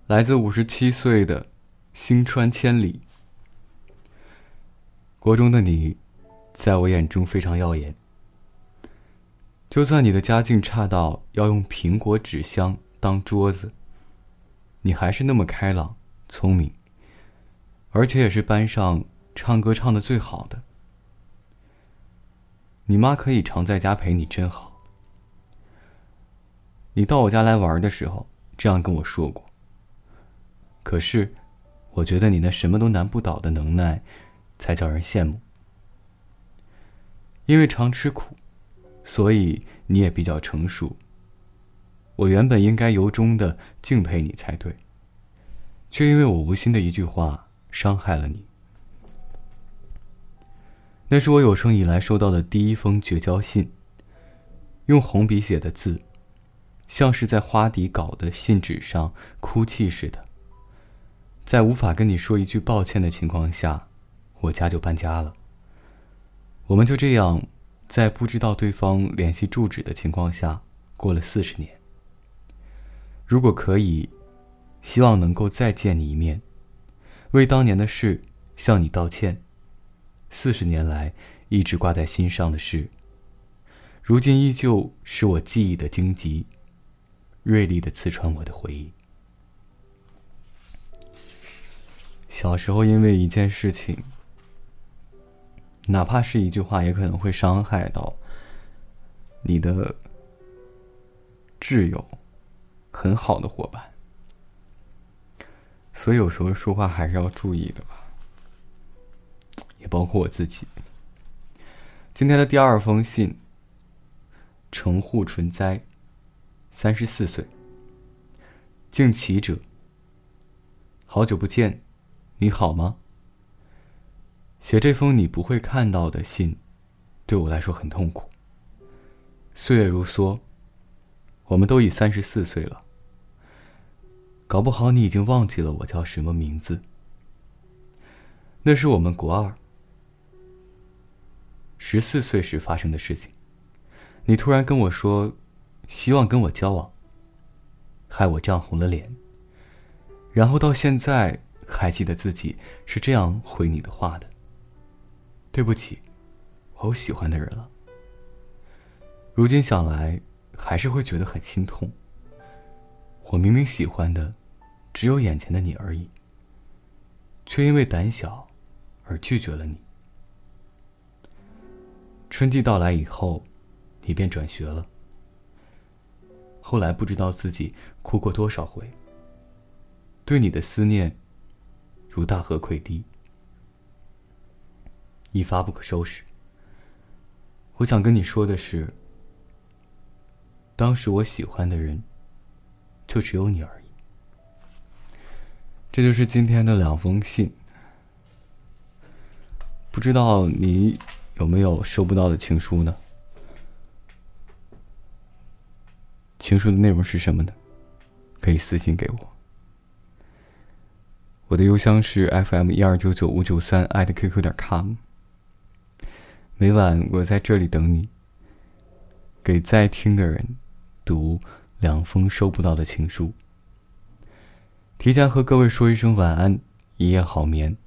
来自57岁的星川千里。国中的你，在我眼中非常耀眼。就算你的家境差到要用苹果纸箱当桌子，你还是那么开朗、聪明，而且也是班上唱歌唱得最好的。你妈可以常在家陪你真好。你到我家来玩的时候，这样跟我说过。可是，我觉得你那什么都难不倒的能耐，才叫人羡慕。因为常吃苦，所以你也比较成熟。我原本应该由衷的敬佩你才对，却因为我无心的一句话伤害了你。那是我有生以来收到的第一封绝交信，用红笔写的字，像是在花底稿的信纸上哭泣似的。在无法跟你说一句抱歉的情况下，我家就搬家了。我们就这样在不知道对方联系住址的情况下过了40年。如果可以，希望能够再见你一面，为当年的事向你道歉。40年来一直挂在心上的事，如今依旧是我记忆的荆棘，锐利地刺穿我的回忆。小时候因为一件事情，哪怕是一句话，也可能会伤害到你的挚友，很好的伙伴。所以有时候说话还是要注意的吧，也包括我自己。今天的第2封信，城户纯哉，34岁，敬启者。好久不见，你好吗？写这封你不会看到的信，对我来说很痛苦。岁月如梭，我们都已34岁了。搞不好你已经忘记了我叫什么名字。那是我们国2 14岁时发生的事情。你突然跟我说，希望跟我交往，害我涨红了脸。然后到现在还记得自己是这样回你的话的：对不起，我有喜欢的人了。如今想来，还是会觉得很心痛。我明明喜欢的只有眼前的你而已，却因为胆小而拒绝了你。春季到来以后，你便转学了。后来不知道自己哭过多少回，对你的思念如大河溃堤，一发不可收拾。我想跟你说的是，当时我喜欢的人就只有你而已。这就是今天的2封信。不知道你有没有收不到的情书呢？情书的内容是什么呢？可以私信给我。我的邮箱是 fm1299593@qq.com。每晚我在这里等你，给在听的人读2封收不到的情书。提前和各位说一声晚安，一夜好眠。